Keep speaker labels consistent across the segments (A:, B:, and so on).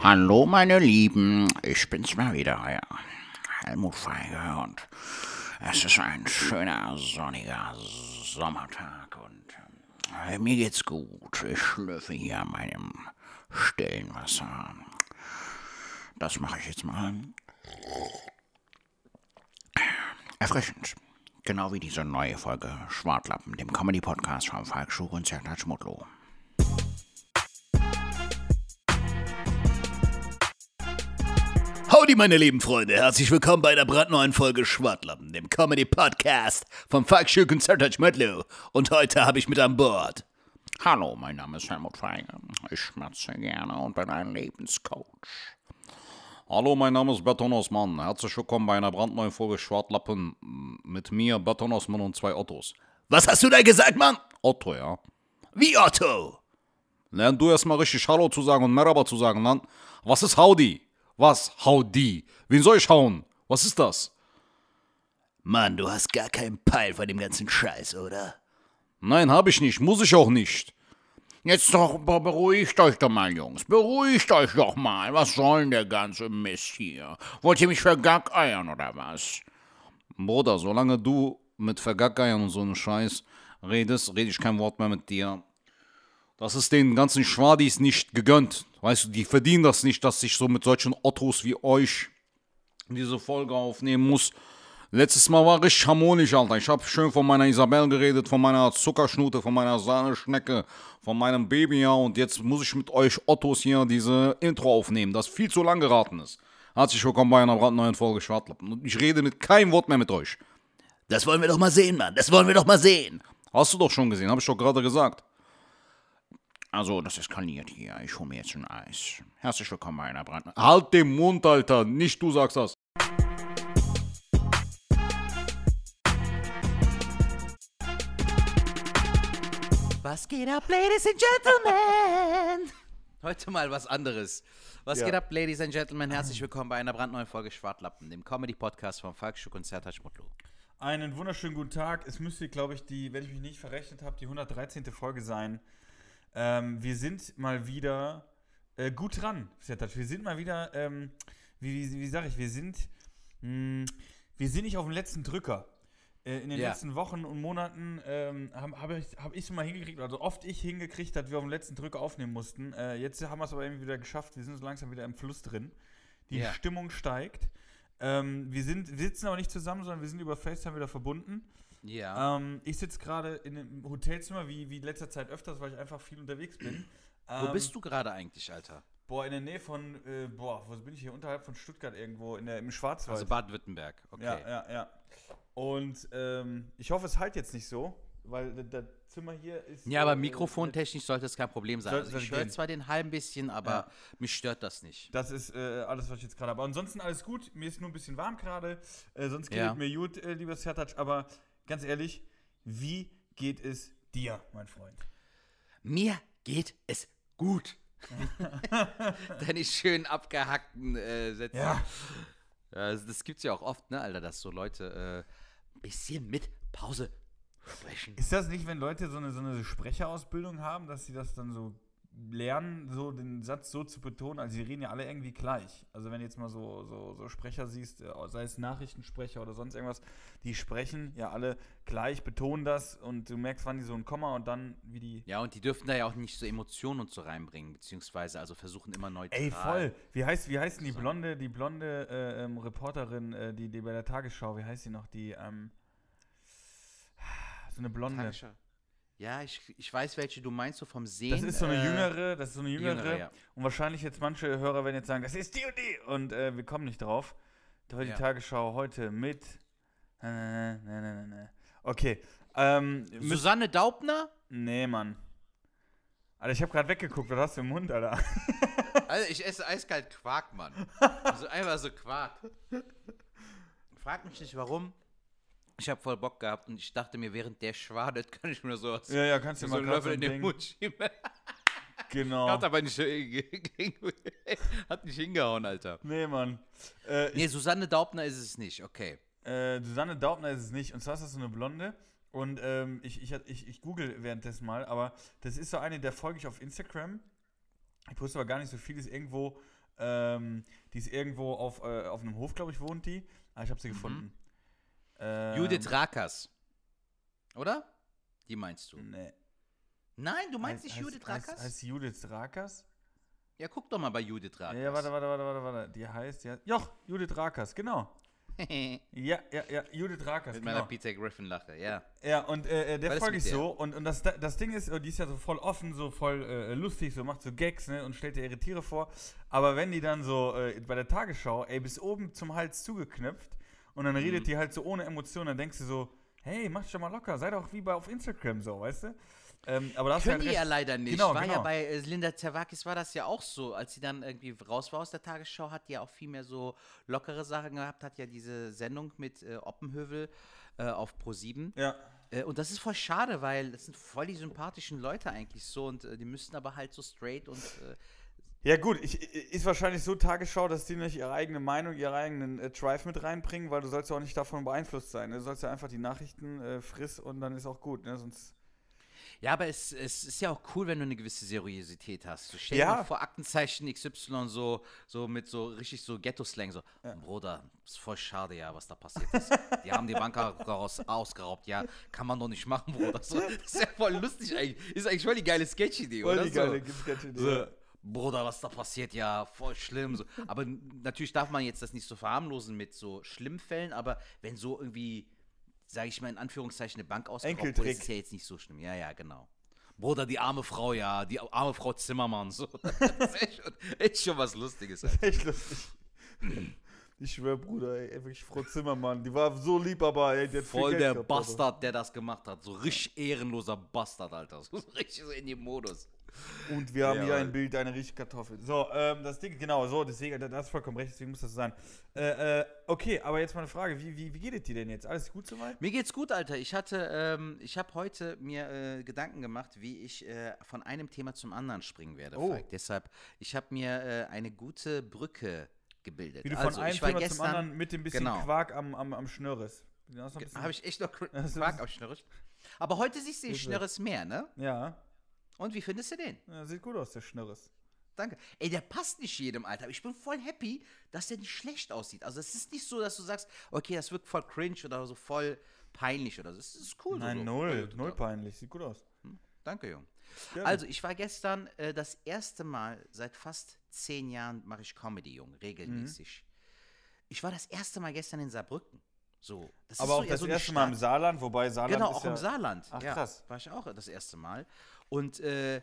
A: Hallo meine Lieben, ich bin's mal wieder, euer Helmut Feiger und es ist ein schöner, sonniger Sommertag und mir geht's gut. Ich schlürfe hier an meinem stillen Wasser. Das mache ich jetzt mal. Erfrischend. Genau wie diese neue Folge Schwartlappen, dem Comedy-Podcast von Falk Schuch und Sertac Mutlu.
B: Howdy, meine lieben Freunde. Herzlich willkommen bei einer brandneuen Folge Schwartlappen, dem Comedy-Podcast von Falk Schuch und Sertac Mutlu. Und heute habe ich mit an Bord.
A: Hallo, mein Name ist Helmut Feiger. Ich schmatze gerne und bin ein Lebenscoach.
C: Hallo, mein Name ist Berton Osman. Herzlich willkommen bei einer brandneuen Folge Schwartlappen mit mir, Berton Osman und zwei Ottos.
B: Was hast du da gesagt, Mann?
C: Otto, ja.
B: Wie Otto?
C: Lern du erstmal richtig Hallo zu sagen und Merhaba zu sagen, dann. Was ist Howdy? Was? Howdy? Wen soll ich hauen? Was ist das?
B: Mann, du hast gar keinen Peil von dem ganzen Scheiß, oder?
C: Nein, hab ich nicht. Muss ich auch nicht.
A: Jetzt doch, beruhigt euch doch mal, Jungs. Beruhigt euch doch mal. Was soll denn der ganze Mist hier? Wollt ihr mich vergackeiern oder was?
C: Bruder, solange du mit Vergackeiern und so einem Scheiß redest, rede ich kein Wort mehr mit dir. Das ist den ganzen Schwadis nicht gegönnt. Weißt du, die verdienen das nicht, dass ich so mit solchen Ottos wie euch diese Folge aufnehmen muss. Letztes Mal war ich harmonisch, Alter. Ich habe schön von meiner Isabel geredet, von meiner Zuckerschnute, von meiner Sahneschnecke, von meinem Baby, ja. Und jetzt muss ich mit euch Ottos hier diese Intro aufnehmen, das viel zu lang geraten ist. Herzlich willkommen bei einer brandneuen Folge Schwartlappen. Und ich rede mit keinem Wort mehr mit euch.
B: Das wollen wir doch mal sehen, Mann. Das wollen wir doch mal sehen.
C: Hast du doch schon gesehen, habe ich doch gerade gesagt.
A: Also, das eskaliert hier. Ich hole mir jetzt ein Eis. Herzlich willkommen bei einer brandneuen...
C: Halt den Mund, Alter. Nicht du sagst das.
D: Was geht ab, Ladies and Gentlemen? Heute mal was anderes. Was geht ab, Ladies and Gentlemen? Herzlich willkommen bei einer brandneuen Folge Schwartlappen, dem Comedy-Podcast von Falk Schuch und Sertac Mutlu.
E: Einen wunderschönen guten Tag. Es müsste, glaube ich, wenn ich mich nicht verrechnet habe, die 113. Folge sein. Wir sind mal wieder gut dran, Sertac. Wir sind mal wieder, wie sage ich, wir sind nicht auf dem letzten Drücker. In den letzten Wochen und Monaten habe ich es mal hingekriegt, also oft ich hingekriegt, dass wir auf dem letzten Drücker aufnehmen mussten. Jetzt haben wir es aber irgendwie wieder geschafft. Wir sind so langsam wieder im Fluss drin. Die Stimmung steigt. Wir sitzen aber nicht zusammen, sondern wir sind über FaceTime wieder verbunden.
D: Ja.
E: Ich sitze gerade in einem Hotelzimmer, wie in letzter Zeit öfters, weil ich einfach viel unterwegs bin.
D: Wo bist du gerade eigentlich, Alter?
E: In der Nähe von, wo bin ich hier? Unterhalb von Stuttgart irgendwo, im Schwarzwald.
D: Also Baden-Württemberg, okay.
E: Ja. Und ich hoffe, es halt jetzt nicht so, weil das Zimmer hier ist...
D: Ja, aber mikrofontechnisch sollte es kein Problem sein.
E: Sollte
D: Also ich
E: gehen.
D: höre zwar den halben bisschen, aber mich stört das nicht.
E: Das ist alles, was ich jetzt gerade habe. Aber ansonsten alles gut. Mir ist nur ein bisschen warm gerade. Sonst geht es mir gut, lieber Sertac. Aber ganz ehrlich, wie geht es dir, mein Freund?
D: Mir geht es gut. Deine schön abgehackten Sätze.
E: Ja.
D: Das gibt's ja auch oft, ne, Alter, dass so Leute ein bisschen mit Pause sprechen.
E: Ist das nicht, wenn Leute so eine Sprecherausbildung haben, dass sie das dann so lernen, so den Satz so zu betonen? Also, sie reden ja alle irgendwie gleich. Also, wenn du jetzt mal so Sprecher siehst, sei es Nachrichtensprecher oder sonst irgendwas, die sprechen ja alle gleich, betonen das und du merkst, wann die so ein Komma und dann wie die.
D: Ja, und die dürfen da ja auch nicht so Emotionen und so reinbringen, beziehungsweise also versuchen immer neutral.
E: Ey, voll. Wie heißt denn die blonde Reporterin, die bei der Tagesschau, wie heißt sie noch? So eine blonde.
D: Tagesschau. Ja, ich weiß, welche du meinst, so vom Sehen.
E: Das ist so eine jüngere.
D: Ja.
E: Und wahrscheinlich jetzt manche Hörer werden jetzt sagen, das ist die und die. Und wir kommen nicht drauf. Da war die Tagesschau heute mit. Okay.
D: Susanne Daubner?
E: Nee, Mann. Alter, ich habe gerade weggeguckt. Was hast du im Mund, Alter?
D: Also, ich esse eiskalt Quark, Mann. Also einfach so Quark. Frag mich nicht, warum. Ich habe voll Bock gehabt und ich dachte mir, während der schwadet, kann ich mir sowas.
E: Ja, kannst du
D: so
E: mal
D: einen
E: grad
D: Löffel in den Mund schieben.
E: Genau.
D: Hat aber nicht, hat nicht hingehauen, Alter.
E: Nee, Mann.
D: Susanne Daubner ist es nicht, okay.
E: Susanne Daubner ist es nicht. Und zwar ist das so eine Blonde. Und ich google währenddessen mal, aber das ist so eine, der folge ich auf Instagram. Ich poste aber gar nicht so viel, ist irgendwo Die ist irgendwo auf einem Hof, glaube ich, wohnt die. Ah, ich habe sie gefunden.
D: Judith Rakers. Oder? Die meinst du?
E: Nee.
D: Nein, du meinst nicht Judith Rakers?
E: Heißt sie Judith Rakers?
D: Ja, guck doch mal bei Judith Rakers.
E: Ja, warte. Die heißt. Judith Rakers, genau. Ja, Judith Rakers,
D: Mit
E: genau.
D: meiner Peter Griffin-Lache, ja.
E: Ja, und der
D: ist
E: folge
D: mit
E: ich
D: der?
E: so. Und das Ding ist, die ist ja so voll offen, so voll lustig, so macht so Gags, ne, und stellt dir ihre Tiere vor. Aber wenn die dann so bei der Tagesschau, bis oben zum Hals zugeknöpft und dann redet die halt so ohne Emotionen, dann denkst du so, hey, mach dich doch mal locker, sei doch wie auf Instagram so, weißt du? Aber das
D: Können die ja leider nicht.
E: Genau,
D: war
E: genau.
D: ja bei Linda Zerwakis war das ja auch so. Als sie dann irgendwie raus war aus der Tagesschau, hat die ja auch viel mehr so lockere Sachen gehabt, hat ja diese Sendung mit Oppenhövel auf Pro7.
E: Ja.
D: Und das ist voll schade, weil das sind voll die sympathischen Leute eigentlich so und die müssten aber halt so straight und
E: Ja gut, ist wahrscheinlich so Tagesschau, dass die nicht ihre eigene Meinung, ihren eigenen Drive mit reinbringen, weil du sollst ja auch nicht davon beeinflusst sein. Ne? Du sollst ja einfach die Nachrichten friss und dann ist auch gut. Ne? Sonst
D: ja, aber es ist ja auch cool, wenn du eine gewisse Seriosität hast. Du stell
E: Ja.
D: dir mal vor Aktenzeichen XY so mit so richtig so Ghetto-Slang, so, Bruder, ist voll schade, ja, was da passiert ist. Die haben die Bank ausgeraubt, ja, kann man doch nicht machen, Bruder. So, das ist ja voll lustig eigentlich. Ist eigentlich voll die geile Sketch-Idee, oder?
E: die geile Sketch-Idee.
D: So, Bruder, was da passiert, ja, voll schlimm. So. Aber natürlich darf man jetzt das nicht so verharmlosen mit so schlimmen Fällen, aber wenn so irgendwie, sage ich mal in Anführungszeichen, eine Bank ausgeraubt wurde,
E: Enkeltrick.
D: ist es ja jetzt nicht so schlimm. Ja, genau. Bruder, die arme Frau, ja, die arme Frau Zimmermann. So. Das ist echt schon was Lustiges. Alter.
E: Echt lustig. Ich schwör, Bruder, ey, wirklich Frau Zimmermann, die war so lieb, aber ey, die hat viel
D: Voll
E: Geld
D: der
E: gehabt,
D: Bastard, der das gemacht hat. So richtig ehrenloser Bastard, Alter. So richtig so in dem Modus.
E: Aber. Und wir haben
D: Ja,
E: hier
D: aber-
E: ein Bild einer richtigen Kartoffel. So, das Ding, genau, so, deswegen, da hast du vollkommen recht, deswegen muss das so sein. Okay, aber jetzt mal eine Frage, wie geht es dir denn jetzt? Alles gut soweit?
D: Mir geht's gut, Alter. Ich habe heute mir Gedanken gemacht, wie ich von einem Thema zum anderen springen werde.
E: Oh.
D: Falk. Deshalb, ich habe mir eine gute Brücke gebildet.
E: Wie du
D: Also,
E: von einem
D: ich war
E: Thema zum anderen mit dem bisschen
D: genau.
E: Quark am Schnörres. Den hast du noch ein bisschen-
D: Habe ich echt noch
E: Hast du-
D: Quark auf Schnörres. Aber heute siehst du den Schnörres mehr, ne?
E: Ja,
D: Und wie findest du den?
E: sieht gut aus, der Schnörres.
D: Danke. Ey, der passt nicht jedem, Alter. Aber ich bin voll happy, dass der nicht schlecht aussieht. Also es ist nicht so, dass du sagst, okay, das wirkt voll cringe oder so voll peinlich oder so. Es ist cool.
E: Nein,
D: so.
E: null
D: total.
E: peinlich, sieht gut aus.
D: Danke, Jung.
E: Gerne.
D: Also, ich war gestern das erste Mal seit fast 10 Jahren mache ich Comedy, Jung, regelmäßig. Ich war das erste Mal gestern in Saarbrücken. So, das
E: Aber
D: ist
E: auch
D: so eher
E: das
D: so eine
E: erste Mal im
D: Stadt.
E: Saarland, wobei Saarland
D: Genau,
E: ist
D: auch
E: ja,
D: im Saarland.
E: Ach,
D: ja,
E: krass.
D: war ich auch das erste Mal. Und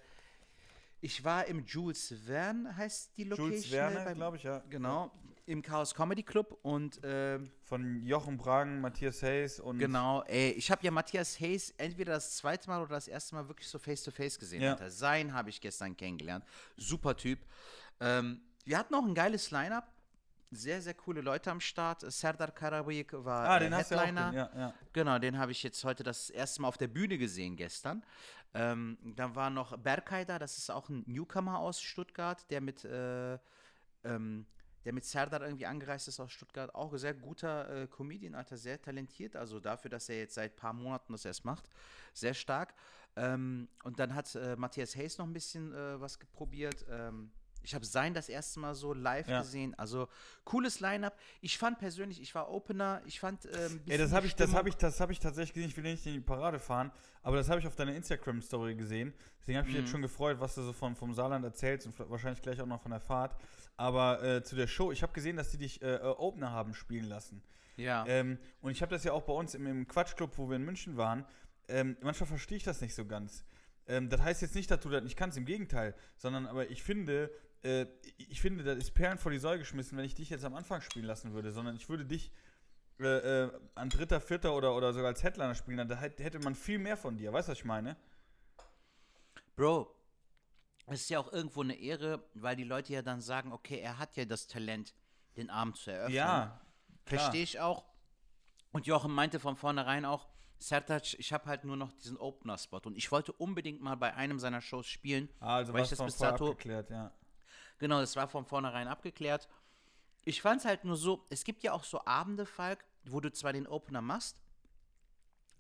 D: ich war im Jules Verne, heißt die Location.
E: Jules Verne,
D: beim-
E: glaube ich, ja.
D: Genau, im Chaos Comedy Club und
E: Von Jochen Bragen, Matthias Hayes und
D: genau, ey, ich habe ja Matthias Hayes entweder das zweite Mal oder das erste Mal wirklich so face-to-face gesehen.
E: Ja.
D: Alter. Sein habe ich gestern kennengelernt. Super Typ. Wir hatten auch ein geiles Line-Up. Sehr, sehr coole Leute am Start. Serdar Karabıyık war
E: den hast du ja auch
D: Headliner.
E: gesehen, ja.
D: Genau, den habe ich jetzt heute das erste Mal auf der Bühne gesehen gestern. Dann war noch Berkay da, das ist auch ein Newcomer aus Stuttgart, der mit Serdar irgendwie angereist ist aus Stuttgart. Auch ein sehr guter Comedian, Alter, sehr talentiert. Also dafür, dass er jetzt seit ein paar Monaten das erst macht. Sehr stark. Und dann hat Matthias Hayes noch ein bisschen was probiert. Ich habe sein das erste Mal so live
E: Ja.
D: gesehen. Also cooles Line-Up. Ich fand persönlich, ich war Opener. Ich fand
E: Ey, das habe ich tatsächlich gesehen. Ich will nicht in die Parade fahren, aber das habe ich auf deiner Instagram-Story gesehen. Deswegen habe ich mich jetzt schon gefreut, was du so vom Saarland erzählst und wahrscheinlich gleich auch noch von der Fahrt. Aber zu der Show, ich habe gesehen, dass die dich Opener haben spielen lassen.
D: Ja.
E: Und ich habe das ja auch bei uns im Quatschclub, wo wir in München waren. Manchmal verstehe ich das nicht so ganz. Das heißt jetzt nicht, dass du das nicht kannst, im Gegenteil, sondern aber ich finde, das ist Perlen vor die Säule geschmissen, wenn ich dich jetzt am Anfang spielen lassen würde, sondern ich würde dich an dritter, vierter oder sogar als Headliner spielen, dann hätte man viel mehr von dir. Weißt du, was ich meine?
D: Bro, es ist ja auch irgendwo eine Ehre, weil die Leute ja dann sagen, okay, er hat ja das Talent, den Abend zu eröffnen.
E: Ja, klar.
D: Verstehe ich auch. Und Jochen meinte von vornherein auch, Sertac, ich habe halt nur noch diesen Opener-Spot und ich wollte unbedingt mal bei einem seiner Shows spielen.
E: Also
D: weil
E: was
D: ich das
E: von
D: bis
E: vorher
D: dato
E: abgeklärt, ja.
D: Genau, das war von vornherein abgeklärt. Ich fand es halt nur so, es gibt ja auch so Abende, Falk, wo du zwar den Opener machst,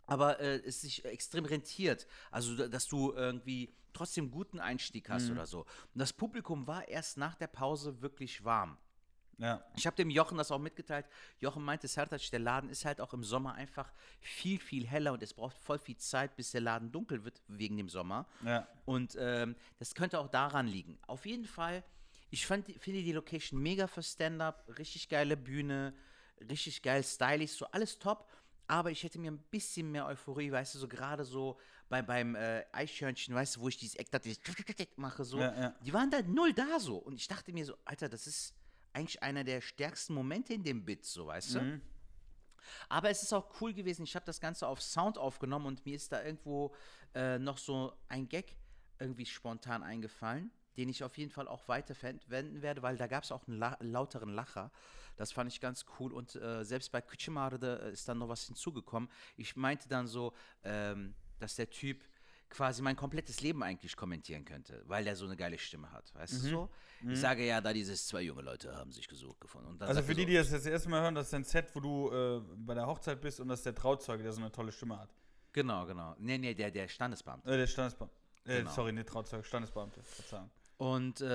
D: aber es sich extrem rentiert. Also, dass du irgendwie trotzdem guten Einstieg hast oder so. Und das Publikum war erst nach der Pause wirklich warm.
E: Ja.
D: Ich habe dem Jochen das auch mitgeteilt. Jochen meinte, Sertac, der Laden ist halt auch im Sommer einfach viel, viel heller und es braucht voll viel Zeit, bis der Laden dunkel wird wegen dem Sommer.
E: Ja.
D: Und das könnte auch daran liegen. Auf jeden Fall, finde die Location mega für Stand-Up, richtig geile Bühne, richtig geil stylisch, so alles top. Aber ich hätte mir ein bisschen mehr Euphorie, weißt du, so gerade so beim Eichhörnchen, weißt du, wo ich dieses Eck mache, so.
E: Ja, ja.
D: Die waren da null da so. Und ich dachte mir so, Alter, das ist eigentlich einer der stärksten Momente in dem Bit, so, weißt du? Aber es ist auch cool gewesen, ich habe das Ganze auf Sound aufgenommen und mir ist da irgendwo noch so ein Gag irgendwie spontan eingefallen, den ich auf jeden Fall auch weiter verwenden werde, weil da gab es auch einen lauteren Lacher. Das fand ich ganz cool und selbst bei Küchemarde ist dann noch was hinzugekommen. Ich meinte dann so, dass der Typ quasi mein komplettes Leben eigentlich kommentieren könnte, weil der so eine geile Stimme hat, weißt du so? Ich sage ja, da dieses 2 junge Leute haben sich gesucht gefunden. Und dann
E: Also
D: sagt
E: für
D: er
E: die,
D: so,
E: die das erste Mal hören, das ist ein Set, wo du bei der Hochzeit bist und das ist der Trauzeuge, der so eine tolle Stimme hat.
D: Genau. Nee, der Standesbeamte.
E: Der Standesbeamte.
D: Genau.
E: Sorry, nicht Trauzeuge, Standesbeamte. Verzeihung.
D: Und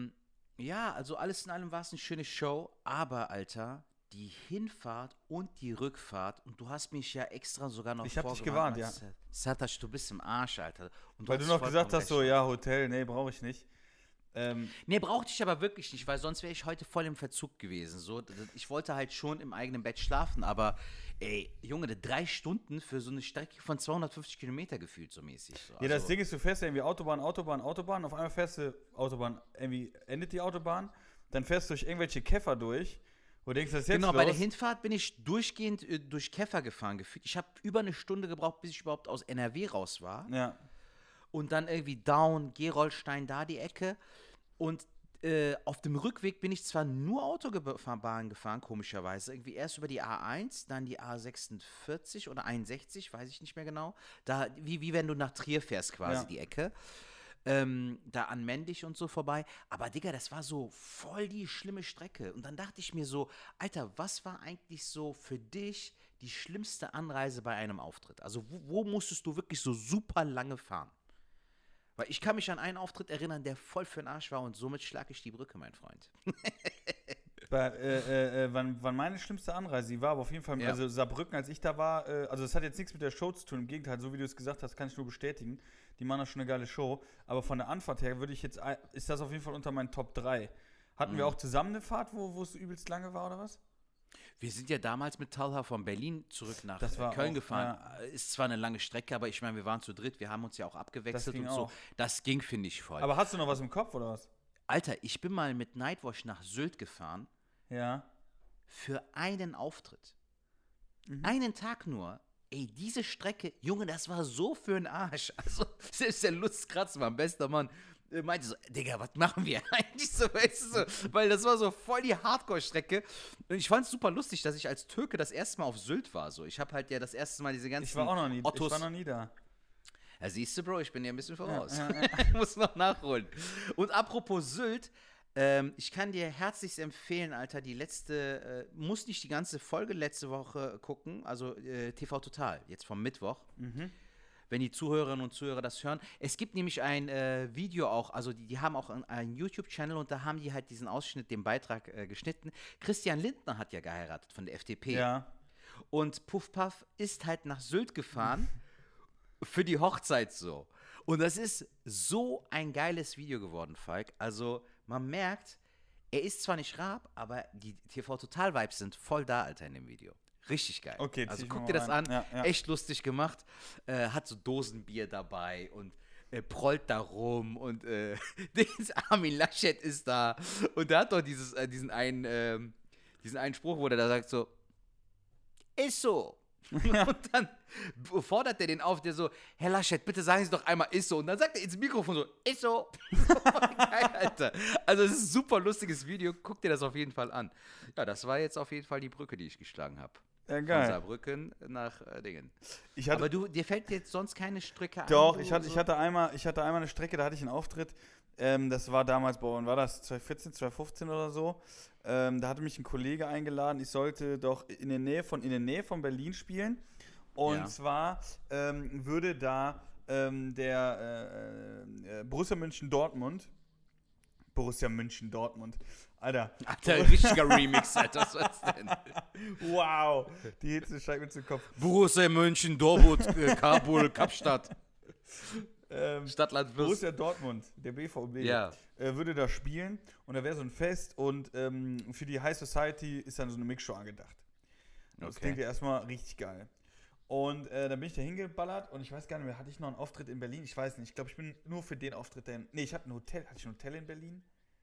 D: ja, also alles in allem war es eine schöne Show, aber Alter, die Hinfahrt und die Rückfahrt, und du hast mich ja extra sogar noch
E: Ich hab dich
D: vorgewarnt,
E: gewarnt,
D: Sertac, du bist im Arsch, Alter. Und
E: Weil du
D: hast
E: noch gesagt
D: vollkommen
E: hast, so,
D: recht.
E: ja, Hotel, nee, brauche ich nicht.
D: Nee, brauchte ich aber wirklich nicht, weil sonst wäre ich heute voll im Verzug gewesen. So, ich wollte halt schon im eigenen Bett schlafen, aber ey, Junge, 3 Stunden für so eine Strecke von 250 Kilometer gefühlt so mäßig. So.
E: Ja, das Ding ist, du fährst ja irgendwie Autobahn, auf einmal fährst du Autobahn, irgendwie endet die Autobahn, dann fährst du durch irgendwelche Käfer durch, wo du denkst, was ist jetzt
D: Genau,
E: los?
D: bei der Hinfahrt bin ich durchgehend durch Käfer gefahren gefühlt. Ich habe über eine Stunde gebraucht, bis ich überhaupt aus NRW raus war.
E: Ja,
D: Und dann irgendwie Down, Gerolstein, da die Ecke. Und auf dem Rückweg bin ich zwar nur Autobahn gefahren, komischerweise. Irgendwie erst über die A1, dann die A46 oder 61, weiß ich nicht mehr genau. Da, wie wenn du nach Trier fährst, quasi
E: Ja.
D: die Ecke. Da an Mendig und so vorbei. Aber Digga, das war so voll die schlimme Strecke. Und dann dachte ich mir so, Alter, was war eigentlich so für dich die schlimmste Anreise bei einem Auftritt? Also wo musstest du wirklich so super lange fahren? Weil ich kann mich an einen Auftritt erinnern, der voll für den Arsch war und somit schlage ich die Brücke, mein Freund.
E: wann meine schlimmste Anreise, die war aber auf jeden Fall,
D: Ja.
E: also Saarbrücken, als ich da war, also das hat jetzt nichts mit der Show zu tun, im Gegenteil, so wie du es gesagt hast, kann ich nur bestätigen, die machen da schon eine geile Show, aber von der Anfahrt her ist das auf jeden Fall unter meinen Top 3. Hatten wir auch zusammen eine Fahrt, wo es übelst lange war, oder was?
D: Wir sind ja damals mit Talha von Berlin zurück nach
E: Das war
D: Köln
E: auch,
D: gefahren. Ist zwar eine lange Strecke, aber ich meine, wir waren zu dritt, wir haben uns ja auch abgewechselt
E: ging
D: und so.
E: auch.
D: Das ging, finde ich, voll.
E: Aber hast du noch was im Kopf, oder was?
D: Alter, ich bin mal mit Nightwash nach Sylt gefahren
E: Ja.
D: für einen Auftritt. Einen Tag nur. Ey, diese Strecke, Junge, das war so für den Arsch. Also, selbst der Lustkratz, mein bester Mann, meinte so, Digga, was machen wir eigentlich so, weißt du, so, weil das war so voll die Hardcore-Strecke. Und ich fand es super lustig, dass ich als Türke das erste Mal auf Sylt war. So. Ich habe halt ja das erste Mal diese ganzen
E: Ich war auch noch nie,
D: Ottos.
E: ich war noch nie da.
D: Ja, siehst du, Bro, ich bin dir ein bisschen voraus. Ich muss noch nachholen. Und apropos Sylt, ich kann dir herzlichst empfehlen, Alter, die letzte, muss nicht die ganze Folge letzte Woche gucken, also TV Total, jetzt vom Mittwoch. Wenn die Zuhörerinnen und Zuhörer das hören. Es gibt nämlich ein Video auch, also die haben auch einen YouTube-Channel und da haben die halt diesen Ausschnitt, den Beitrag geschnitten. Christian Lindner hat ja geheiratet von der FDP.
E: Ja.
D: Und Puff Puff ist halt nach Sylt gefahren für die Hochzeit so. Und das ist so ein geiles Video geworden, Falk. Also man merkt, er ist zwar nicht Raab, aber die TV-Total-Vibes sind voll da, Alter, in dem Video. Richtig geil.
E: Okay,
D: also
E: zieh ich
D: guck
E: mal
D: dir das
E: rein.
D: an.
E: Ja.
D: Echt lustig gemacht. Hat so Dosenbier dabei und prollt da rum und Armin Laschet ist da. Und der hat doch diesen einen Spruch, wo der da sagt so, ist so. Und dann fordert er den auf, der so, Herr Laschet, bitte sagen Sie doch einmal, ist so. Und dann sagt er ins Mikrofon so, ist so. Voll geil, Alter. Also es ist ein super lustiges Video, guck dir das auf jeden Fall an. Ja, das war jetzt auf jeden Fall die Brücke, die ich geschlagen habe.
E: Ja,
D: Von
E: geil.
D: Saarbrücken nach Dingen.
E: Aber
D: dir fällt jetzt sonst keine Strecke ein?
E: Doch,
D: du
E: ich hatte einmal eine Strecke, da hatte ich einen Auftritt. Das war damals, wann war das? 2014, 2015 oder so. Da hatte mich ein Kollege eingeladen, ich sollte doch in der Nähe von Berlin spielen. Und zwar würde da der Borussia Mönchengladbach, Alter.
D: Alter, richtiger Remix, Alter, was war's denn?
E: Wow, die Hitze steigt mir zu Kopf.
C: Borussia München, Dortmund, Kabul, Kapstadt.
D: Stadtland
E: Borussia Dortmund, der BVB, würde da spielen und da wäre so ein Fest und für die High Society ist dann so eine Mixshow angedacht. Das klingt ja erstmal richtig geil. Und dann bin ich da hingeballert und ich weiß gar nicht mehr, hatte ich noch einen Auftritt in Berlin? Ich weiß nicht, ich glaube, ich bin nur für den Auftritt dahin. Nee, hatte ich ein Hotel in Berlin?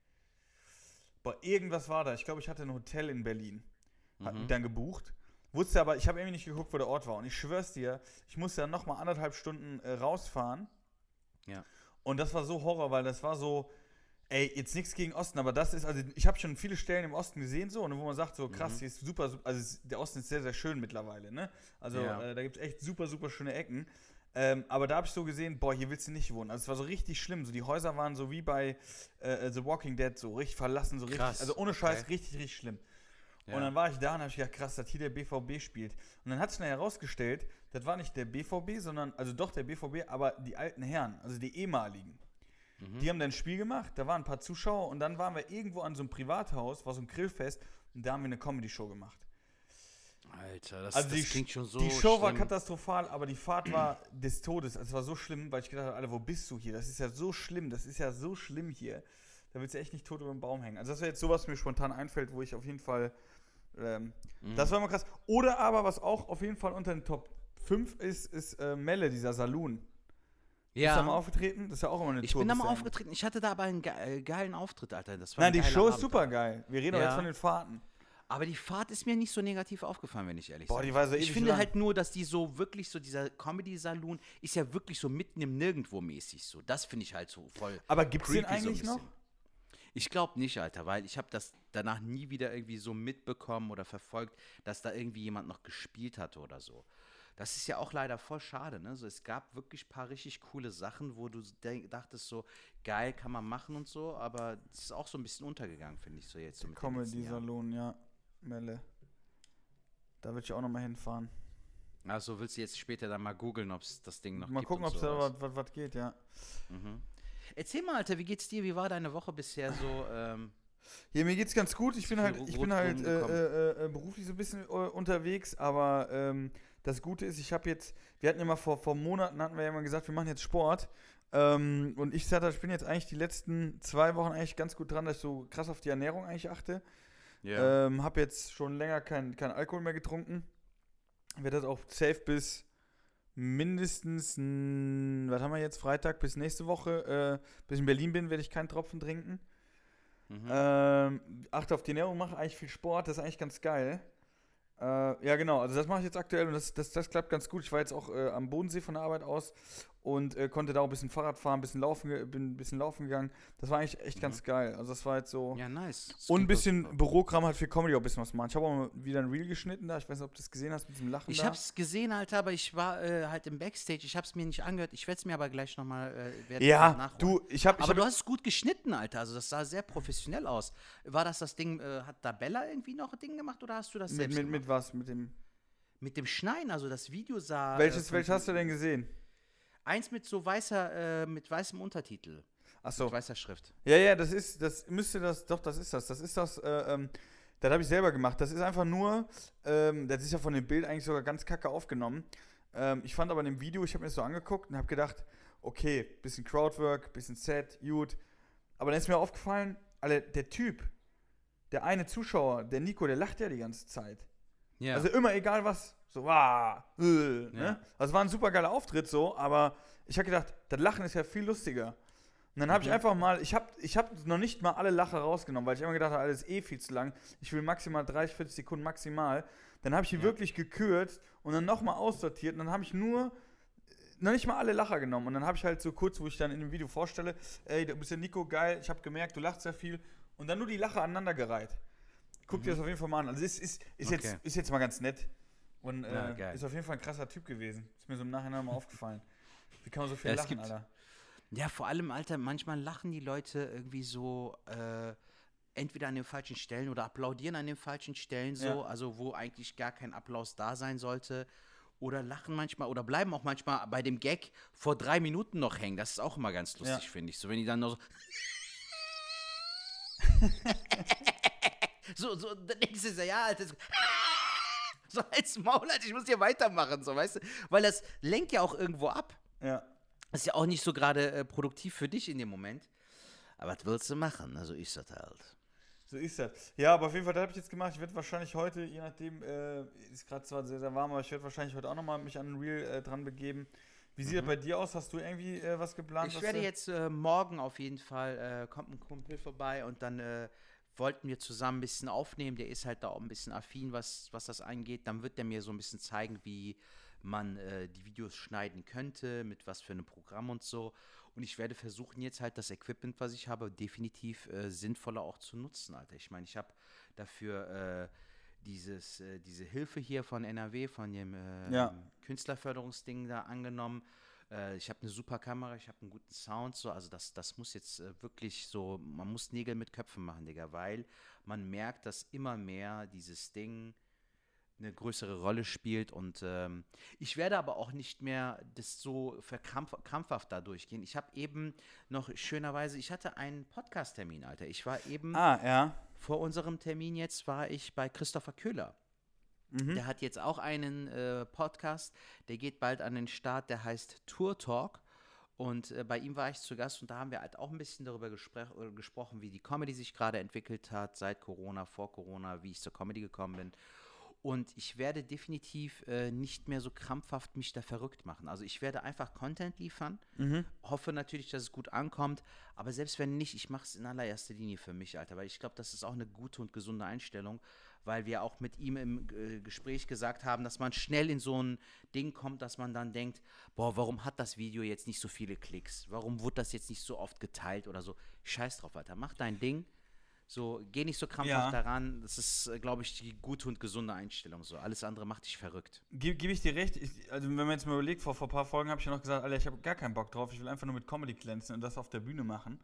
E: Boah, irgendwas war da. Ich glaube, ich hatte ein Hotel in Berlin. Hat mich dann gebucht. Wusste aber, ich habe irgendwie nicht geguckt, wo der Ort war. Und ich schwör's dir, ich musste dann nochmal 1,5 Stunden rausfahren. Ja. Und das war so Horror, weil das war so, ey, jetzt nichts gegen Osten, aber das ist, also ich habe schon viele Stellen im Osten gesehen, so, und wo man sagt, so krass, hier ist super, also der Osten ist sehr, sehr schön mittlerweile, ne? Also da gibt es echt super, super schöne Ecken. Aber da habe ich so gesehen, boah, hier willst du nicht wohnen. Also es war so richtig schlimm. So die Häuser waren so wie bei The Walking Dead, so richtig verlassen, so richtig, also ohne Scheiß, richtig, richtig schlimm. Ja. Und dann war ich da und habe ich gedacht, krass, dass hier der BVB spielt. Und dann hat sich nachher herausgestellt, das war nicht der BVB, sondern, also doch der BVB, aber die alten Herren, also die ehemaligen. Die haben dann ein Spiel gemacht, da waren ein paar Zuschauer und dann waren wir irgendwo an so einem Privathaus, war so ein Grillfest und da haben wir eine Comedy-Show gemacht.
D: Alter, das
E: klingt schon so. Die Show war katastrophal, aber die Fahrt war des Todes. Es war so schlimm, weil ich gedacht habe, Alter, wo bist du hier? Das ist ja so schlimm, hier. Da willst du echt nicht tot über den Baum hängen. Also das wäre jetzt sowas, was mir spontan einfällt, wo ich auf jeden Fall, das war immer krass. Oder aber, was auch auf jeden Fall unter den Top 5 ist Melle, dieser Saloon.
D: Ja.
E: Ist da mal aufgetreten? Das ist ja auch immer eine Tour.
D: Ich bin da mal aufgetreten. Ich hatte da aber einen geilen Auftritt, Alter. Das war
E: Nein, die Show ist super geil. Wir reden doch jetzt von den Fahrten.
D: Aber die Fahrt ist mir nicht so negativ aufgefallen, wenn ich ehrlich bin.
E: Die war so
D: ich finde halt nur, dass die so wirklich so, dieser Comedy-Saloon ist ja wirklich so mitten im Nirgendwo mäßig so. Das finde ich halt so voll.
E: Aber gibt's den eigentlich
D: so
E: noch?
D: Ich glaube nicht, Alter, weil ich habe das danach nie wieder irgendwie so mitbekommen oder verfolgt, dass da irgendwie jemand noch gespielt hatte oder so. Das ist ja auch leider voll schade, ne? So, es gab wirklich ein paar richtig coole Sachen, wo du dachtest so, geil, kann man machen und so, aber es ist auch so ein bisschen untergegangen, finde ich so jetzt. So
E: Comedy-Salon, ja. Melle. Da würde ich auch nochmal hinfahren.
D: Also willst du jetzt später dann mal googeln, ob es das Ding noch gibt?
E: Mal gucken, ob es da was geht, ja.
D: Erzähl mal, Alter, wie geht's dir? Wie war deine Woche bisher so?
E: Ja, mir geht's ganz gut. Ich bin halt beruflich so ein bisschen unterwegs, aber das Gute ist, wir hatten ja mal vor Monaten, hatten wir ja mal gesagt, wir machen jetzt Sport. Und ich bin jetzt eigentlich die letzten 2 Wochen eigentlich ganz gut dran, dass ich so krass auf die Ernährung eigentlich achte. Yeah. Hab jetzt schon länger kein Alkohol mehr getrunken. Werde das auch safe bis mindestens, was haben wir jetzt, Freitag bis nächste Woche, bis ich in Berlin bin, werde ich keinen Tropfen trinken. Achte auf die Ernährung, mache eigentlich viel Sport, das ist eigentlich ganz geil. Ja, genau, also das mache ich jetzt aktuell und das klappt ganz gut. Ich war jetzt auch am Bodensee von der Arbeit aus und konnte da auch ein bisschen Fahrrad fahren, bin ein bisschen laufen gegangen. Das war eigentlich echt ganz geil. Also das war jetzt so.
D: Ja, nice.
E: Und ein bisschen Bürokram halt für Comedy auch ein bisschen was machen. Ich habe auch mal wieder ein Reel geschnitten da. Ich weiß nicht, ob du das gesehen hast mit diesem Lachen.
D: Ich habe es gesehen, Alter, aber ich war halt im Backstage. Ich habe es mir nicht angehört. Ich werde es mir aber gleich nochmal
E: nachholen.
D: Aber du hast es gut geschnitten, Alter. Also das sah sehr professionell aus. War das Ding, hat da Bella irgendwie noch ein Ding gemacht oder hast du das selbst gemacht?
E: Mit was? Mit
D: dem Schneiden, also das Video sah.
E: Welches hast du denn gesehen?
D: Eins mit so mit weißem Untertitel.
E: Ach so.
D: Mit weißer Schrift.
E: Ja, das ist das. Das ist das, das habe ich selber gemacht. Das ist einfach nur, das ist ja von dem Bild eigentlich sogar ganz kacke aufgenommen. Ich fand aber in dem Video, ich habe mir das so angeguckt und habe gedacht, okay, bisschen Crowdwork, bisschen Set, gut. Aber dann ist mir aufgefallen, der Typ, der eine Zuschauer, der Nico, der lacht ja die ganze Zeit. Ja. Also immer egal was. So, ne? Also war ein super geiler Auftritt so, aber ich habe gedacht, das Lachen ist ja viel lustiger. Und dann habe ich einfach mal, ich hab noch nicht mal alle Lacher rausgenommen, weil ich immer gedacht habe, alles viel zu lang. Ich will maximal 30, 40 Sekunden maximal. Dann habe ich die wirklich gekürzt und dann nochmal aussortiert und dann habe ich noch nicht mal alle Lacher genommen. Und dann habe ich halt so kurz, wo ich dann in dem Video vorstelle, ey, du bist ja Nico, geil, ich habe gemerkt, du lachst sehr viel. Und dann nur die Lacher aneinandergereiht. Guck dir das auf jeden Fall mal an. Also ist jetzt mal ganz nett. Und ist auf jeden Fall ein krasser Typ gewesen. Ist mir so im Nachhinein mal aufgefallen. Wie kann man so viel lachen, Alter?
D: Ja, vor allem, Alter, manchmal lachen die Leute irgendwie so entweder an den falschen Stellen oder applaudieren an den falschen Stellen so, also wo eigentlich gar kein Applaus da sein sollte. oder lachen manchmal oder bleiben auch manchmal bei dem Gag vor 3 Minuten noch hängen. Das ist auch immer ganz lustig, finde ich. So, wenn die dann noch so, dann denkst du so, ja, Alter, so als Maul, Alter, ich muss hier weitermachen, so, weißt du? Weil das lenkt ja auch irgendwo ab.
E: Ja.
D: Das ist ja auch nicht so gerade produktiv für dich in dem Moment. Aber was willst du machen? Also ist das halt.
E: So ist das. Ja, aber auf jeden Fall, das habe ich jetzt gemacht. Ich werde wahrscheinlich heute, je nachdem, ist gerade zwar sehr, sehr warm, aber ich werde wahrscheinlich heute auch nochmal mich an den Reel dran begeben. Wie sieht das bei dir aus? Hast du irgendwie was geplant?
D: Ich werde jetzt morgen auf jeden Fall, kommt ein Kumpel vorbei und dann wollten wir zusammen ein bisschen aufnehmen. Der ist halt da auch ein bisschen affin, was das angeht. Dann wird der mir so ein bisschen zeigen, wie man die Videos schneiden könnte, mit was für einem Programm und so. Und ich werde versuchen, jetzt halt das Equipment, was ich habe, definitiv sinnvoller auch zu nutzen, Alter. Ich meine, ich habe dafür diese Hilfe hier von NRW, von dem Künstlerförderungsding da angenommen. Ich habe eine super Kamera, ich habe einen guten Sound, so, also das muss jetzt wirklich so, man muss Nägel mit Köpfen machen, Digga, weil man merkt, dass immer mehr dieses Ding eine größere Rolle spielt und ich werde aber auch nicht mehr das so krampfhaft da durchgehen. Ich habe eben noch schönerweise, ich hatte einen Podcast-Termin, Alter. Ich war eben vor unserem Termin jetzt, war ich bei Christopher Köhler. Der hat jetzt auch einen Podcast, der geht bald an den Start, der heißt Tour Talk. Und bei ihm war ich zu Gast und da haben wir halt auch ein bisschen darüber gesprochen, wie die Comedy sich gerade entwickelt hat, seit Corona, vor Corona, wie ich zur Comedy gekommen bin. Und ich werde definitiv nicht mehr so krampfhaft mich da verrückt machen. Also ich werde einfach Content liefern, hoffe natürlich, dass es gut ankommt, aber selbst wenn nicht, ich mache es in allererster Linie für mich, Alter, weil ich glaube, das ist auch eine gute und gesunde Einstellung, weil wir auch mit ihm im Gespräch gesagt haben, dass man schnell in so ein Ding kommt, dass man dann denkt, boah, warum hat das Video jetzt nicht so viele Klicks? Warum wurde das jetzt nicht so oft geteilt oder so? Scheiß drauf, Alter, mach dein Ding. So, geh nicht so krampfhaft daran. Das ist, glaube ich, die gute und gesunde Einstellung. So, alles andere macht dich verrückt.
E: Gebe ich dir recht. Also, wenn man jetzt mal überlegt, vor ein paar Folgen habe ich ja noch gesagt, Alter, ich habe gar keinen Bock drauf. Ich will einfach nur mit Comedy glänzen und das auf der Bühne machen.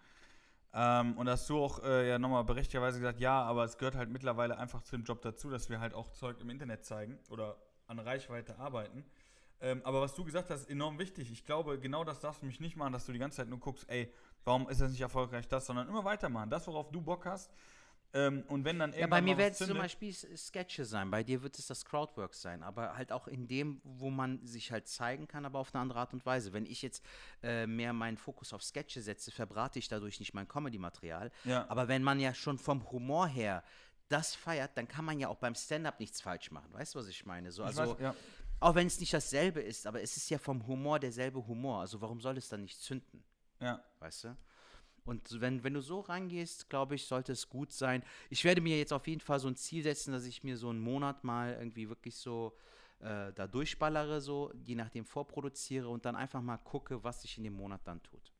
E: Und da hast du auch ja nochmal berechtigterweise gesagt, ja, aber es gehört halt mittlerweile einfach zu dem Job dazu, dass wir halt auch Zeug im Internet zeigen oder an Reichweite arbeiten. Aber was du gesagt hast, ist enorm wichtig. Ich glaube, genau das darfst du mich nicht machen, dass du die ganze Zeit nur guckst, ey, warum ist das nicht erfolgreich, das, sondern immer weitermachen. Das, worauf du Bock hast. Und wenn dann irgendwann
D: ja, bei mir
E: mal
D: wird
E: was
D: es zum
E: zündet-
D: Beispiel Sketche sein, bei dir wird es das Crowdwork sein, aber halt auch in dem, wo man sich halt zeigen kann, aber auf eine andere Art und Weise. Wenn ich jetzt mehr meinen Fokus auf Sketche setze, verbrate ich dadurch nicht mein Comedy-Material.
E: Ja.
D: Aber wenn man ja schon vom Humor her das feiert, dann kann man ja auch beim Stand-Up nichts falsch machen. Weißt du, was ich meine? So,
E: Ich
D: also,
E: weiß, ja.
D: auch wenn es nicht dasselbe ist, aber es ist ja vom Humor derselbe Humor. Also warum soll es dann nicht zünden?
E: Ja.
D: Weißt du? Und wenn du so rangehst, glaube ich, sollte es gut sein. Ich werde mir jetzt auf jeden Fall so ein Ziel setzen, dass ich mir so einen Monat mal irgendwie wirklich so da durchballere, so je nachdem vorproduziere und dann einfach mal gucke, was sich in dem Monat dann tut.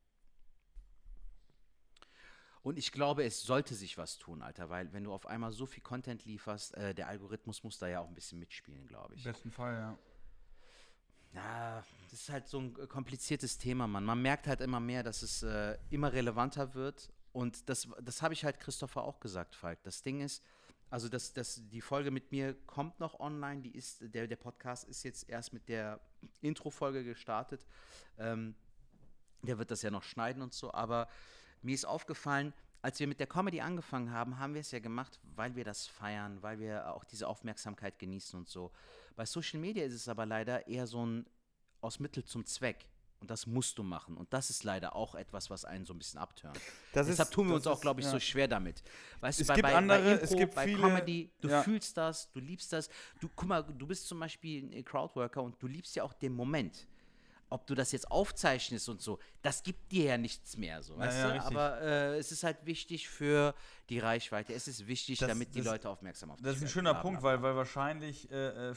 D: Und ich glaube, es sollte sich was tun, Alter, weil wenn du auf einmal so viel Content lieferst, der Algorithmus muss da ja auch ein bisschen mitspielen, glaube ich.
E: Im besten Fall, ja.
D: Ja, das ist halt so ein kompliziertes Thema, Mann. Man merkt halt immer mehr, dass es immer relevanter wird. Und das habe ich halt Christopher auch gesagt, Falk. Das Ding ist, also die Folge mit mir kommt noch online. Der Podcast ist jetzt erst mit der Intro-Folge gestartet. Der wird das ja noch schneiden und so. Aber mir ist aufgefallen, als wir mit der Comedy angefangen haben, haben wir es ja gemacht, weil wir das feiern, weil wir auch diese Aufmerksamkeit genießen und so. Bei Social Media ist es aber leider eher so ein aus Mittel zum Zweck. Und das musst du machen. Und das ist leider auch etwas, was einen so ein bisschen abtönt. Deshalb tun wir uns auch, glaube ich, so schwer damit. Weißt du, bei
E: viele,
D: Comedy, du fühlst das, du liebst das. Guck mal, du bist zum Beispiel ein Crowdworker und du liebst ja auch den Moment. Ob du das jetzt aufzeichnest und so, das gibt dir ja nichts mehr, so, weißt du?
E: richtig.
D: Aber es ist halt wichtig für die Reichweite. Es ist wichtig, damit die Leute aufmerksam auf dich
E: Das ist ein
D: werden.
E: schöner
D: Bla,
E: Punkt,
D: bla, bla.
E: weil wahrscheinlich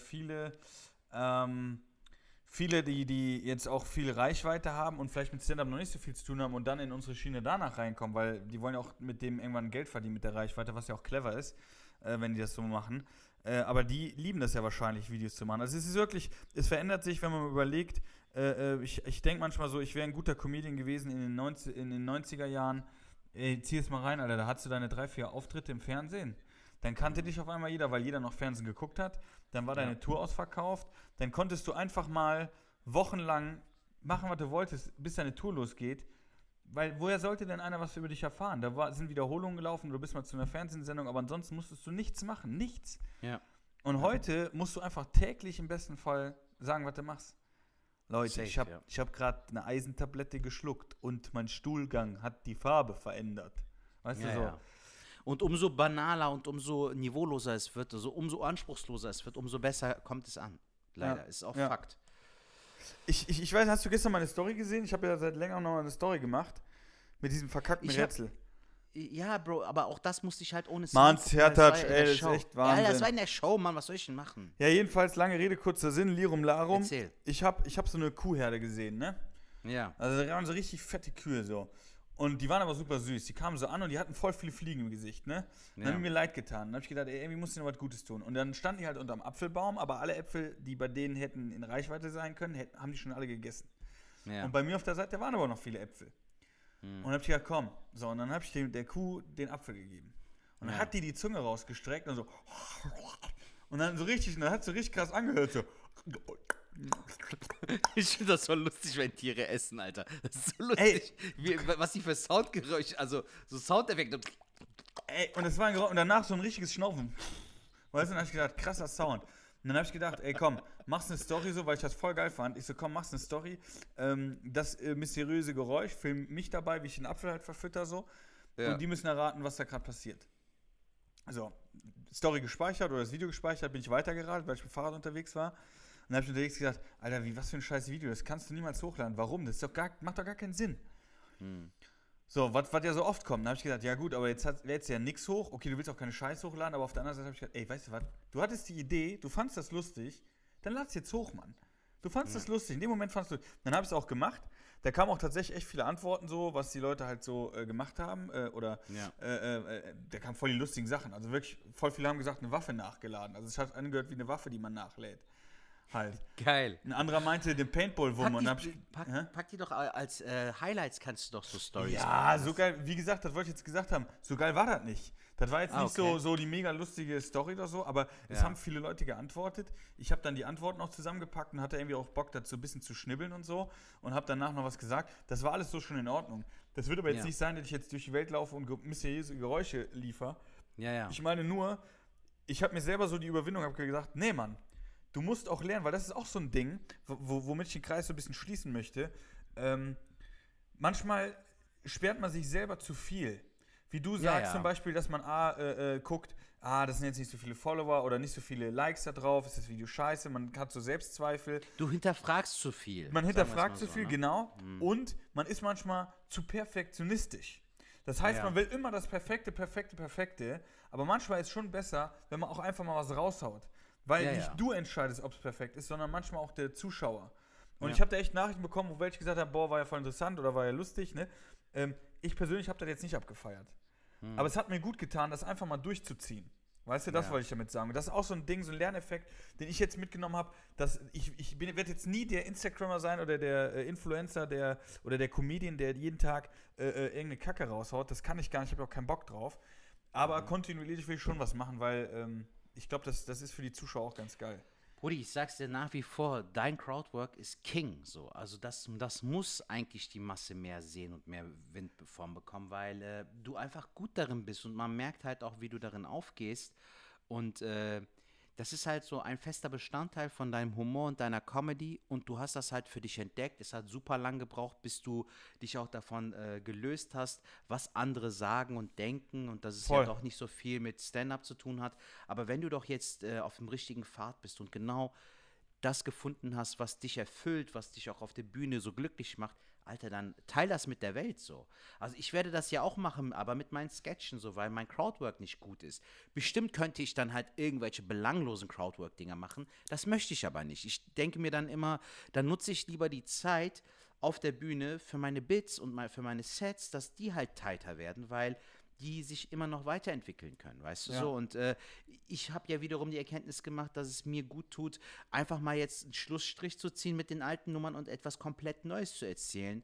E: viele, die jetzt auch viel Reichweite haben und vielleicht mit Stand-Up noch nicht so viel zu tun haben und dann in unsere Schiene danach reinkommen, weil die wollen ja auch mit dem irgendwann Geld verdienen mit der Reichweite, was ja auch clever ist, wenn die das so machen. Aber die lieben das ja wahrscheinlich, Videos zu machen. Also es ist wirklich, es verändert sich, wenn man überlegt, ich denke manchmal so, ich wäre ein guter Comedian gewesen in den 90er Jahren. Zieh es mal rein, Alter, da hattest du deine 3-4 Auftritte im Fernsehen. Dann kannte dich auf einmal jeder, weil jeder noch Fernsehen geguckt hat. Dann war deine Tour ausverkauft. Dann konntest du einfach mal wochenlang machen, was du wolltest, bis deine Tour losgeht. Weil woher sollte denn einer was über dich erfahren? Sind Wiederholungen gelaufen, du bist mal zu einer Fernsehsendung, aber ansonsten musstest du nichts machen, nichts.
D: Ja.
E: Und heute musst du einfach täglich im besten Fall sagen, was du machst. Leute,
D: Safe,
E: ich hab gerade eine Eisentablette geschluckt und mein Stuhlgang hat die Farbe verändert. Weißt du so?
D: Ja. Und umso banaler und umso niveauloser es wird, also umso anspruchsloser es wird, umso besser kommt es an. Leider, ist auch Fakt.
E: Ich weiß, hast du gestern meine Story gesehen? Ich habe ja seit längerem noch eine Story gemacht mit diesem verkackten Rätsel.
D: Ja, Bro, aber auch das musste ich halt ohne
E: Mann,
D: gucken,
E: Sertac,
D: weil das war
E: ey,
D: in der
E: das ist
D: Show.
E: echt Wahnsinn.
D: Ja, das war in der Show, Mann, was soll ich denn machen?
E: Ja, jedenfalls, lange Rede, kurzer Sinn, Lirum Larum.
D: Erzähl.
E: Ich hab so eine Kuhherde gesehen, ne?
D: Ja.
E: Also da waren so richtig fette Kühe so. Und die waren aber super süß. Die kamen so an und die hatten voll viele Fliegen im Gesicht, ne? Dann haben die mir leid getan. Dann hab ich gedacht, ey, irgendwie muss ich noch was Gutes tun. Und dann standen die halt unterm Apfelbaum, aber alle Äpfel, die bei denen hätten in Reichweite sein können, haben die schon alle gegessen.
D: Ja.
E: Und bei mir auf der Seite waren aber noch viele Äpfel. Und dann hab ich gedacht, komm. So, und dann hab ich der Kuh den Apfel gegeben. Und dann hat die Zunge rausgestreckt und so. Und dann so richtig, und dann hat so richtig krass angehört, so.
D: Ich finde das so lustig, wenn Tiere essen, Alter. Das ist so lustig, was die für Soundgeräusche, also so Soundeffekte.
E: Ey, und es war ein Geräusch, und danach so ein richtiges Schnaufen. Weißt du, dann hab ich gedacht, krasser Sound. Und dann hab ich gedacht, ey, komm, machst eine Story so, weil ich das voll geil fand. Ich so, komm, machst eine Story. Das mysteriöse Geräusch, film mich dabei, wie ich den Apfel halt verfütter so.
D: Ja.
E: Und die müssen erraten, was da gerade passiert. So, Story gespeichert oder das Video gespeichert, bin ich weitergeradelt, weil ich mit dem Fahrrad unterwegs war. Und dann hab ich unterwegs gedacht, Alter, was für ein scheiß Video, das kannst du niemals hochladen. Warum? Das ist macht doch gar keinen Sinn. So, was ja so oft kommt. Dann habe ich gedacht, ja gut, aber jetzt lädst du ja nichts hoch. Okay, du willst auch keine Scheiße hochladen, aber auf der anderen Seite habe ich gedacht, ey, weißt du was? Du hattest die Idee, du fandst das lustig, dann lad's jetzt hoch, Mann. Du fandst das lustig, in dem Moment fandst du. Dann habe ich es auch gemacht. Da kamen auch tatsächlich echt viele Antworten so, was die Leute halt so gemacht haben. Da kamen voll die lustigen Sachen. Also wirklich, voll viele haben gesagt, eine Waffe nachgeladen. Also es hat angehört wie eine Waffe, die man nachlädt. Halt.
D: Geil.
E: Ein anderer meinte den Paintball-Wurm.
D: Pack die doch als Highlights, kannst du doch so Stories
E: Ja,
D: machen.
E: so geil, wie gesagt, das wollte ich jetzt gesagt haben, so geil war das nicht. Das war jetzt nicht
D: okay.
E: so die mega lustige Story oder so, aber es haben viele Leute geantwortet. Ich habe dann die Antworten auch zusammengepackt und hatte irgendwie auch Bock dazu ein bisschen zu schnibbeln und so und habe danach noch was gesagt. Das war alles so schon in Ordnung. Das wird aber jetzt nicht sein, dass ich jetzt durch die Welt laufe und mysteriöse Geräusche liefere.
D: Ja.
E: Ich meine nur, ich habe mir selber so die Überwindung gesagt, nee, Mann, du musst auch lernen, weil das ist auch so ein Ding, womit ich den Kreis so ein bisschen schließen möchte. Manchmal sperrt man sich selber zu viel. Wie du sagst zum Beispiel, dass man guckt, das sind jetzt nicht so viele Follower oder nicht so viele Likes da drauf, ist das Video scheiße, man hat so Selbstzweifel.
D: Du hinterfragst zu viel.
E: Man hinterfragt zu viel,
D: ne?
E: genau. Und man ist manchmal zu perfektionistisch. Das heißt, man will immer das Perfekte, aber manchmal ist es schon besser, wenn man auch einfach mal was raushaut. Weil nicht du entscheidest, ob es perfekt ist, sondern manchmal auch der Zuschauer. Und ich habe da echt Nachrichten bekommen, wo welche gesagt haben, boah, war ja voll interessant oder war ja lustig, ne? Ich persönlich habe das jetzt nicht abgefeiert. Aber es hat mir gut getan, das einfach mal durchzuziehen. Weißt du, das wollte ich damit sagen. Und das ist auch so ein Ding, so ein Lerneffekt, den ich jetzt mitgenommen habe, dass ich werde jetzt nie der Instagrammer sein oder der Influencer oder der Comedian, der jeden Tag irgendeine Kacke raushaut. Das kann ich gar nicht, ich habe auch keinen Bock drauf. Aber kontinuierlich will ich schon was machen, weil ich glaube, das ist für die Zuschauer auch ganz geil.
D: Brudi, ich sag's dir nach wie vor, dein Crowdwork ist King. So. Also das muss eigentlich die Masse mehr sehen und mehr Wind davon bekommen, weil du einfach gut darin bist und man merkt halt auch, wie du darin aufgehst. Und das ist halt so ein fester Bestandteil von deinem Humor und deiner Comedy und du hast das halt für dich entdeckt. Es hat super lang gebraucht, bis du dich auch davon gelöst hast, was andere sagen und denken und dass es ja doch nicht so viel mit Stand-up zu tun hat. Aber wenn du doch jetzt auf dem richtigen Pfad bist und genau das gefunden hast, was dich erfüllt, was dich auch auf der Bühne so glücklich macht, Alter, dann teil das mit der Welt so. Also ich werde das ja auch machen, aber mit meinen Sketchen so, weil mein Crowdwork nicht gut ist. Bestimmt könnte ich dann halt irgendwelche belanglosen Crowdwork-Dinger machen. Das möchte ich aber nicht. Ich denke mir dann immer, dann nutze ich lieber die Zeit auf der Bühne für meine Bits und für meine Sets, dass die halt tighter werden, weil die sich immer noch weiterentwickeln können, weißt du so. Und ich habe ja wiederum die Erkenntnis gemacht, dass es mir gut tut, einfach mal jetzt einen Schlussstrich zu ziehen mit den alten Nummern und etwas komplett Neues zu erzählen.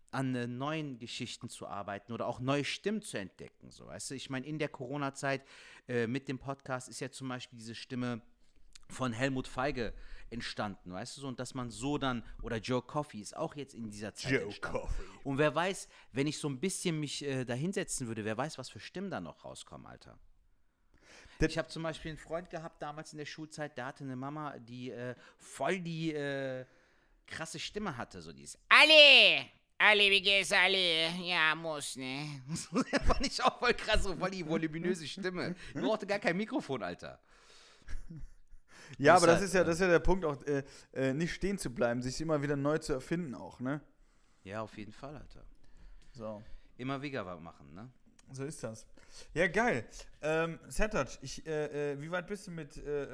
D: an neuen Geschichten zu arbeiten oder auch neue Stimmen zu entdecken. So, weißt du? Ich meine, in der Corona-Zeit mit dem Podcast ist ja zum Beispiel diese Stimme von Helmut Feige entstanden, weißt du so, und dass man so dann, oder Joe Coffey ist auch jetzt in dieser Zeit entstanden. Und wer weiß, wenn ich so ein bisschen mich da hinsetzen würde, wer weiß, was für Stimmen da noch rauskommen, Alter. Ich habe zum Beispiel einen Freund gehabt, damals in der Schulzeit, der hatte eine Mama, die voll die krasse Stimme hatte, so dieses
A: Ali, wie geht's, Ali? Ja, muss, ne?
D: Das fand ich auch voll krass, so voll die voluminöse Stimme. Die brauchte gar kein Mikrofon, Alter.
E: Ja, aber
D: halt,
E: das ist ja der Punkt auch, nicht stehen zu bleiben, sich immer wieder neu zu erfinden auch, ne?
D: Ja, auf jeden Fall, Alter.
E: So.
D: Immer wieder was machen, ne?
E: So ist das. Ja, geil. Sertac, wie weit bist du mit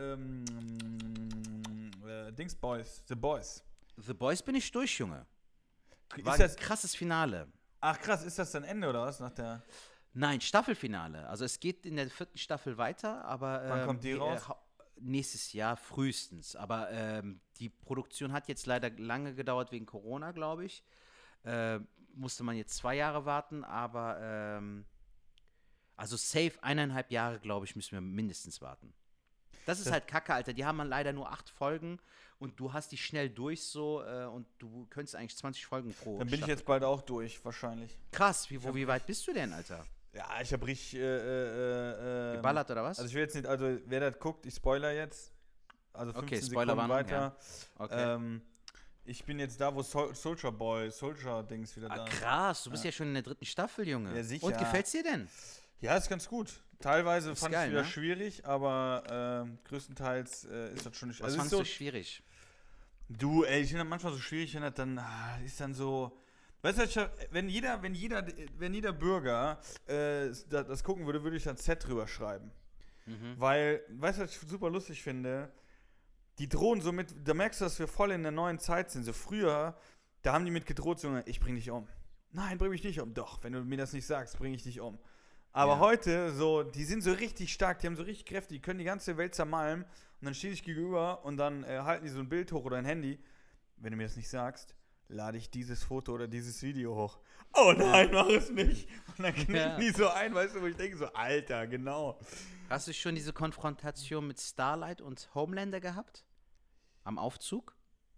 E: Dings Boys, The Boys?
D: The Boys bin ich durch, Junge. War
E: Ist das,
D: ein krasses Finale.
E: ach krass, ist das dann Ende oder was? Nach der
D: Nein, Staffelfinale. Also es geht in der 4. Staffel weiter, aber
E: Wann kommt die raus?
D: nächstes Jahr frühestens. Aber die Produktion hat jetzt leider lange gedauert wegen Corona, glaube ich. Musste man jetzt 2 Jahre warten, aber also safe 1,5 Jahre, glaube ich, müssen wir mindestens warten. Das ist halt Kacke, Alter. Die haben dann leider nur 8 Folgen und du hast die schnell durch so und du könntest eigentlich 20 Folgen pro
E: Dann bin ich
D: Staffel.
E: jetzt bald auch durch, wahrscheinlich.
D: Krass, wie weit bist du denn, Alter?
E: Ja, ich hab richtig
D: Geballert oder was?
E: Also ich will jetzt nicht, also wer das guckt, ich spoiler jetzt. Also 15 Sekunden
D: Spoilerwarnung,
E: weiter.
D: ja. Okay.
E: Ich bin jetzt da, wo Soldier-Dings wieder da ist.
D: Krass, du bist ja schon in der 3. Staffel, Junge.
E: Ja, sicher.
D: Und gefällt's dir denn?
E: Ja, ist ganz gut. Teilweise
D: Ist
E: fand ich
D: geil,
E: es wieder
D: ne?
E: schwierig, aber größtenteils ist das schon nicht.
D: Was
E: ist
D: fandst
E: so,
D: du schwierig?
E: Du, ey, ich finde das manchmal so schwierig, wenn das dann ist dann so. Weißt du, wenn jeder Bürger das gucken würde, würde ich dann Z drüber schreiben. Weil, weißt du, was ich super lustig finde? Die drohen so mit, da merkst du, dass wir voll in der neuen Zeit sind. So früher, da haben die mit gedroht, so, ich bring dich um. Nein, bring mich nicht um. Doch, wenn du mir das nicht sagst, bring ich dich um. Aber heute, so, die sind so richtig stark, die haben so richtig Kräfte, die können die ganze Welt zermalmen und dann stehe ich gegenüber und dann halten die so ein Bild hoch oder ein Handy. Wenn du mir das nicht sagst, lade ich dieses Foto oder dieses Video hoch. Oh nein, mach es nicht. Und dann knicken die so ein, weißt du, wo ich denke so, Alter, genau.
D: Hast du schon diese Konfrontation mit Starlight und Homelander gehabt? Am Aufzug?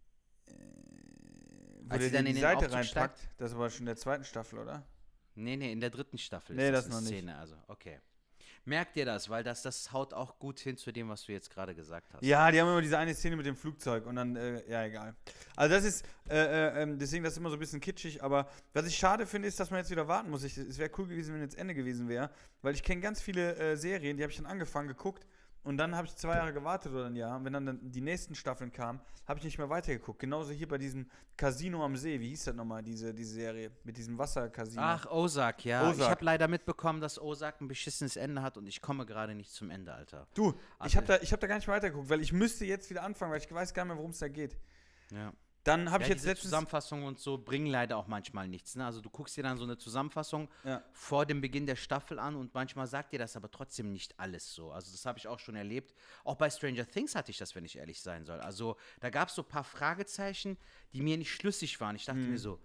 E: Wo
D: Als
E: der
D: sie dann
E: die
D: in den
E: Seite
D: Aufzug
E: reinpackt,
D: steigt?
E: das war schon in der 2. Staffel, oder?
D: Nee, in der 3. Staffel
E: Nee, das
D: eine
E: noch nicht.
D: Szene, also, okay. Merkt ihr das, weil das haut auch gut hin zu dem, was du jetzt gerade gesagt hast.
E: Ja, die haben immer diese eine Szene mit dem Flugzeug und dann, ja, egal. Also das ist, deswegen das ist immer so ein bisschen kitschig, aber was ich schade finde, ist, dass man jetzt wieder warten muss. Es wäre cool gewesen, wenn jetzt Ende gewesen wäre, weil ich kenne ganz viele Serien, die habe ich dann angefangen, geguckt und dann habe ich 2 Jahre gewartet oder ein Jahr. Und wenn dann die nächsten Staffeln kamen, habe ich nicht mehr weitergeguckt. Genauso hier bei diesem Casino am See, wie hieß das nochmal, diese Serie mit diesem Wassercasino.
D: Ach, Ozark, ja.
E: Ozark.
D: Ich habe leider mitbekommen, dass Ozark ein beschissenes Ende hat und ich komme gerade nicht zum Ende, Alter.
E: Du,
D: Also-
E: ich hab da gar nicht mehr weitergeguckt, weil ich müsste jetzt wieder anfangen, weil ich weiß gar nicht mehr, worum es da geht.
D: Ja.
E: Dann habe ich
D: Ja,
E: jetzt
D: diese
E: letztens...
D: Zusammenfassungen und so bringen leider auch manchmal nichts. Ne? Also du guckst dir dann so eine Zusammenfassung
E: Ja.
D: vor dem Beginn der Staffel an und manchmal sagt dir das aber trotzdem nicht alles so. Also das habe ich auch schon erlebt. Auch bei Stranger Things hatte ich das, wenn ich ehrlich sein soll. Also da gab es so ein paar Fragezeichen, die mir nicht schlüssig waren. Ich dachte mir so,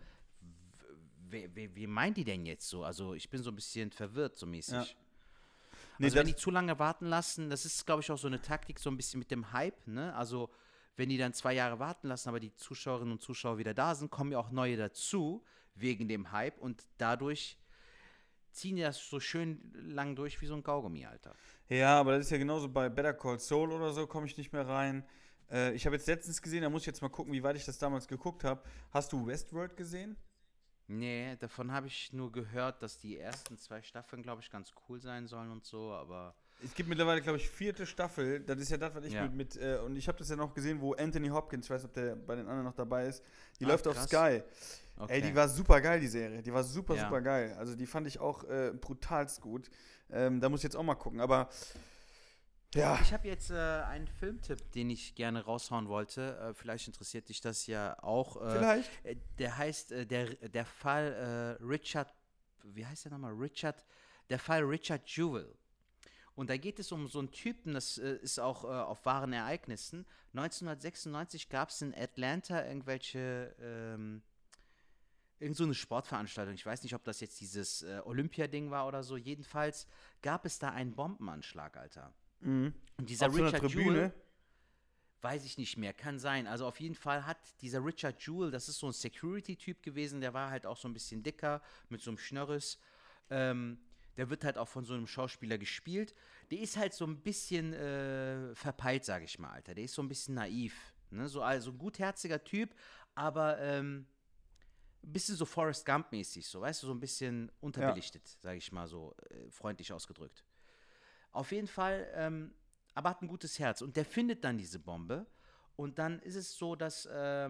D: wie meinen die denn jetzt so? Also ich bin so ein bisschen verwirrt so mäßig.
E: Ja. Nee,
D: Also wenn
E: das-
D: die zu lange warten lassen, das ist, glaube ich, auch so eine Taktik, so ein bisschen mit dem Hype, ne? Also wenn die dann 2 Jahre warten lassen, aber die Zuschauerinnen und Zuschauer wieder da sind, kommen ja auch neue dazu, wegen dem Hype und dadurch ziehen die das so schön lang durch wie so ein Kaugummi, Alter.
E: Ja, aber das ist ja genauso bei Better Call Saul oder so, komme ich nicht mehr rein. Ich habe jetzt letztens gesehen, da muss ich jetzt mal gucken, wie weit ich das damals geguckt habe. Hast du Westworld gesehen?
D: Nee, davon habe ich nur gehört, dass die ersten 2 Staffeln, glaube ich, ganz cool sein sollen und so, aber
E: Es gibt mittlerweile, glaube ich, 4. Staffel. Das ist ja das, was ich
D: Ja.
E: und ich habe das ja noch gesehen, wo Anthony Hopkins, ich weiß, ob der bei den anderen noch dabei ist, die
D: Ah,
E: läuft auf
D: krass.
E: Sky.
D: okay.
E: Ey, die war super geil, die Serie. Die war super,
D: Ja.
E: super geil. Also die fand ich auch brutalst gut. Da muss ich jetzt auch mal gucken. Aber ja,
D: Ich habe jetzt einen Filmtipp, den ich gerne raushauen wollte. Vielleicht interessiert dich das ja auch.
E: vielleicht.
D: Der heißt der Fall Richard, wie heißt der nochmal? Der Fall Richard Jewell. Und da geht es um so einen Typen, das ist auch auf wahren Ereignissen. 1996 gab es in Atlanta irgendwelche irgend so eine Sportveranstaltung. Ich weiß nicht, ob das jetzt dieses Olympia-Ding war oder so. Jedenfalls gab es da einen Bombenanschlag, Alter. Und dieser
E: Auf so einer
D: Richard
E: Tribüne?
D: Jewell, weiß ich nicht mehr, kann sein. Also auf jeden Fall hat dieser Richard Jewell, das ist so ein Security-Typ gewesen, der war halt auch so ein bisschen dicker, mit so einem Schnörres. Der wird halt auch von so einem Schauspieler gespielt. Der ist halt so ein bisschen verpeilt, sage ich mal, Alter. Der ist so ein bisschen naiv. Ne? So, also ein gutherziger Typ, aber ein bisschen so Forrest Gump-mäßig, so, weißt du, so ein bisschen unterbelichtet, sage ich mal so, freundlich ausgedrückt. Auf jeden Fall, aber hat ein gutes Herz. Und der findet dann diese Bombe. Und dann ist es so, dass er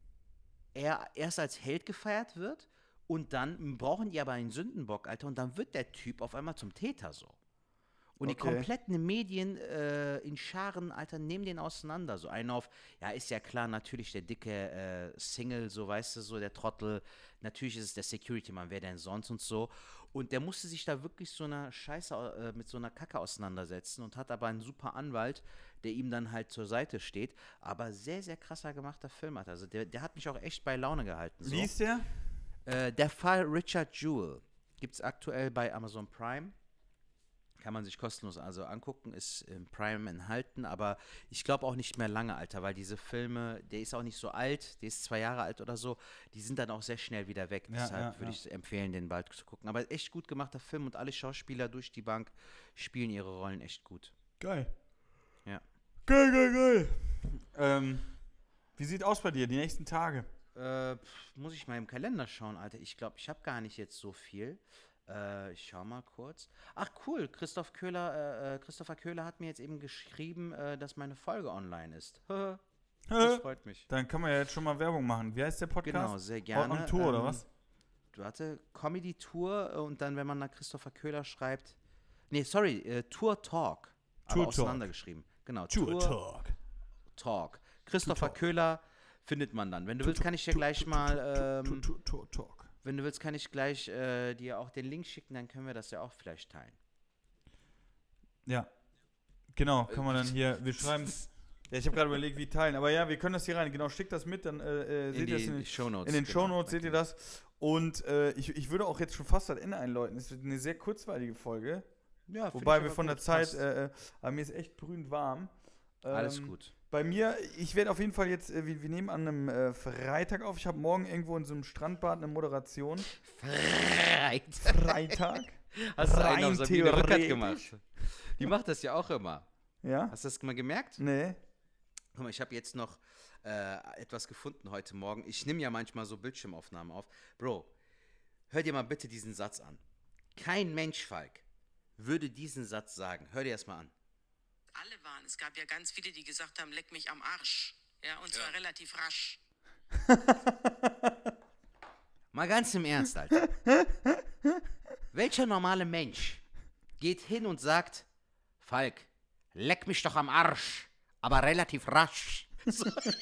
D: erst als Held gefeiert wird. Und dann brauchen die aber einen Sündenbock, Alter. Und dann wird der Typ auf einmal zum Täter so. Und die kompletten Medien in Scharen, Alter, nehmen den auseinander. So einen auf, ja, ist ja klar, natürlich der dicke Single, so, weißt du, so der Trottel. Natürlich ist es der Security-Mann, wer denn sonst und so. Und der musste sich da wirklich so einer Scheiße, mit so einer Kacke auseinandersetzen und hat aber einen super Anwalt, der ihm dann halt zur Seite steht. Aber sehr, sehr krasser gemachter Film, Alter. Also der hat mich auch echt bei Laune gehalten. So.
E: Wie ist der?
D: Der Fall Richard Jewell gibt es aktuell bei Amazon Prime. Kann man sich kostenlos also angucken, ist im Prime enthalten, aber ich glaube auch nicht mehr lange, Alter, weil diese Filme, der ist auch nicht so alt, der ist 2 Jahre alt oder so, die sind dann auch sehr schnell wieder weg. Deshalb würde ich empfehlen, den bald zu gucken. Aber echt gut gemachter Film und alle Schauspieler durch die Bank spielen ihre Rollen echt gut.
E: Geil.
D: Ja.
E: Geil. Wie sieht aus bei dir die nächsten Tage?
D: Muss ich mal im Kalender schauen, Alter. Ich glaube, ich habe gar nicht jetzt so viel. Ich schau mal kurz. Ach cool, Christopher Köhler hat mir jetzt eben geschrieben, dass meine Folge online ist. Das freut mich.
E: Dann kann man ja jetzt schon mal Werbung machen. Wie heißt der Podcast?
D: Genau, sehr gerne.
E: On Tour oder was?
D: Warte, Comedy Tour und dann, wenn man nach Christopher Köhler schreibt. Nee, sorry, Tour Talk.
E: Tour
D: aber auseinandergeschrieben. Genau, Talk. Christopher Köhler findet man dann. Wenn du willst, kann ich dir gleich mal.
E: Tour Talk.
D: Wenn du willst, kann ich gleich dir auch den Link schicken, dann können wir das ja auch vielleicht teilen.
E: Ja, genau, kann man dann hier, wir schreiben es. Ja, ich habe gerade überlegt, wie teilen, aber ja, wir können das hier rein. Genau, schickt das mit, dann seht ihr das in den Shownotes. In den Shownotes seht ihr das. Und ich würde auch jetzt schon fast das Ende einläuten. Es wird eine sehr kurzweilige Folge. Ja, wobei wir von der Zeit, aber mir ist echt brühend warm.
D: Alles gut.
E: Bei mir, ich werde auf jeden Fall jetzt, wir nehmen an einem Freitag auf. Ich habe morgen irgendwo in so einem Strandbad eine Moderation. Freitag?
D: Hast du einen auf Sabine Rückert gemacht? Die macht das ja auch immer.
E: Ja?
D: Hast du das mal gemerkt?
E: Nee.
D: Guck mal, ich habe jetzt noch etwas gefunden heute Morgen. Ich nehme ja manchmal so Bildschirmaufnahmen auf. Bro, hör dir mal bitte diesen Satz an. Kein Mensch, Falk, würde diesen Satz sagen. Hör dir das mal an.
F: Alle waren. Es gab ja ganz viele, die gesagt haben, leck mich am Arsch. Ja, und zwar relativ rasch.
D: Mal ganz im Ernst, Alter. Welcher normale Mensch geht hin und sagt, Falk, leck mich doch am Arsch, aber relativ rasch. So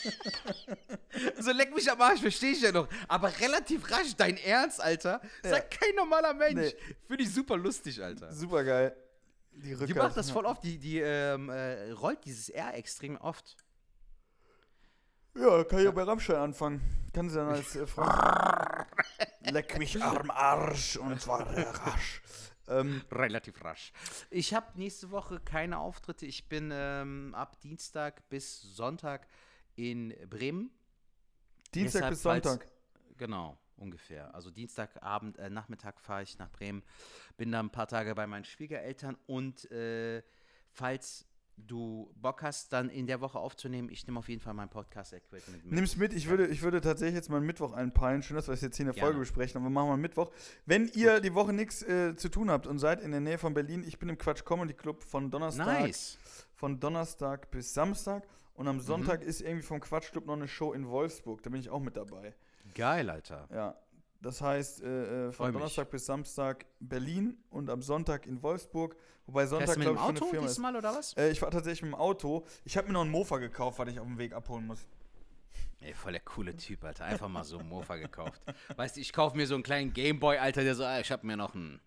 D: leck mich am Arsch, verstehe ich ja noch. Aber relativ rasch, dein Ernst, Alter? Sagt kein normaler Mensch. Nee. Finde ich super lustig, Alter.
E: Super geil.
D: Die macht das voll oft, die rollt dieses R extrem oft.
E: Ja, kann ich auch bei Rammstein anfangen. Kann sie dann als Frau. Leck mich am Arsch und zwar rasch.
D: Relativ rasch. Ich habe nächste Woche keine Auftritte. Ich bin ab Dienstag bis Sonntag in Bremen.
E: Dienstag bis Sonntag?
D: Genau. Ungefähr. Also Dienstagabend, Nachmittag fahre ich nach Bremen, bin da ein paar Tage bei meinen Schwiegereltern und falls du Bock hast, dann in der Woche aufzunehmen, ich nehme auf jeden Fall mein Podcast-Equipment mit.
E: Nimm's mit, ich würde tatsächlich jetzt mal einen Mittwoch einpeilen. Schön, dass wir das jetzt hier in der Folge besprechen, aber machen wir Mittwoch. Wenn ihr die Woche nichts zu tun habt und seid in der Nähe von Berlin, ich bin im Quatsch Comedy Club von Donnerstag bis Samstag und am Sonntag ist irgendwie vom Quatsch Club noch eine Show in Wolfsburg, da bin ich auch mit dabei.
D: Geil, Alter.
E: Ja, das heißt, von Donnerstag bis Samstag Berlin und am Sonntag in Wolfsburg. Wobei Sonntag, glaube ich,
D: schon eine Firma ist. Mit dem Auto diesmal, oder was?
E: Ich war tatsächlich mit dem Auto. Ich habe mir noch einen Mofa gekauft, was ich auf dem Weg abholen muss.
D: Ey, voll der coole Typ, Alter. Einfach mal so einen Mofa gekauft. Weißt du, ich kaufe mir so einen kleinen Gameboy, Alter, der so, ich habe mir noch einen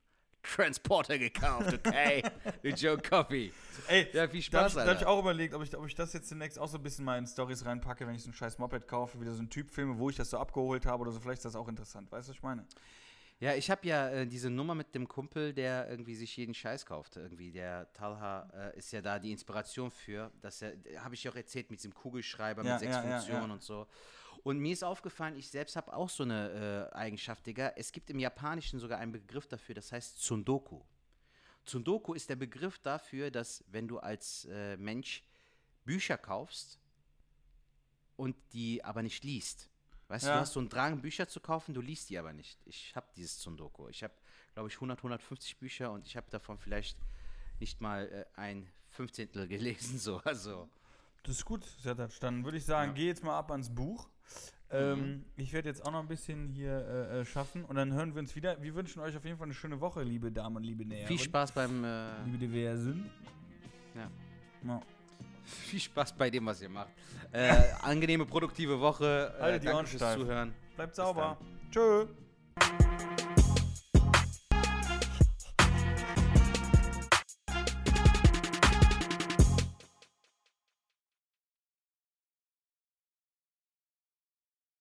B: Transporter gekauft, okay?
D: Mit Joe Coffey.
E: Ey,
D: Ja, viel Spaß,
E: da hab ich
D: Alter.
E: auch überlegt, ob ich das jetzt demnächst auch so ein bisschen mal in Storys reinpacke, wenn ich so ein scheiß Moped kaufe, wieder so einen Typ filme, wo ich das so abgeholt habe oder so. Vielleicht ist das auch interessant. Weißt du, was ich meine?
D: Ja, ich habe ja diese Nummer mit dem Kumpel, der irgendwie sich jeden Scheiß kauft. Irgendwie der Talha ist ja da die Inspiration für. Habe ich ja auch erzählt mit diesem Kugelschreiber,
E: Ja,
D: mit 6
E: ja, ja,
D: Funktionen
E: ja.
D: und so. Und mir ist aufgefallen, ich selbst habe auch so eine Eigenschaft, Digga. Es gibt im Japanischen sogar einen Begriff dafür, das heißt Tsundoku. Tsundoku ist der Begriff dafür, dass wenn du als Mensch Bücher kaufst und die aber nicht liest. Weißt du,
E: Ja.
D: du hast so einen Drang, Bücher zu kaufen, du liest die aber nicht. Ich habe dieses Tsundoku. Ich habe, glaube ich, 150 Bücher und ich habe davon vielleicht nicht mal ein 15. gelesen. So. Also,
E: Das ist gut, Sertac. Dann würde ich sagen, geh jetzt mal ab ans Buch. Ich werde jetzt auch noch ein bisschen hier schaffen und dann hören wir uns wieder. Wir wünschen euch auf jeden Fall eine schöne Woche, liebe Damen und liebe Näher.
D: viel Spaß beim
E: Liebe Diversen.
D: ja.
E: Ja.
D: Viel Spaß bei dem, was ihr macht. Angenehme, produktive Woche.
E: Haltet die
D: Danke
E: Ohren
D: fürs
E: steif.
D: Zuhören.
E: Bleibt sauber. Tschö.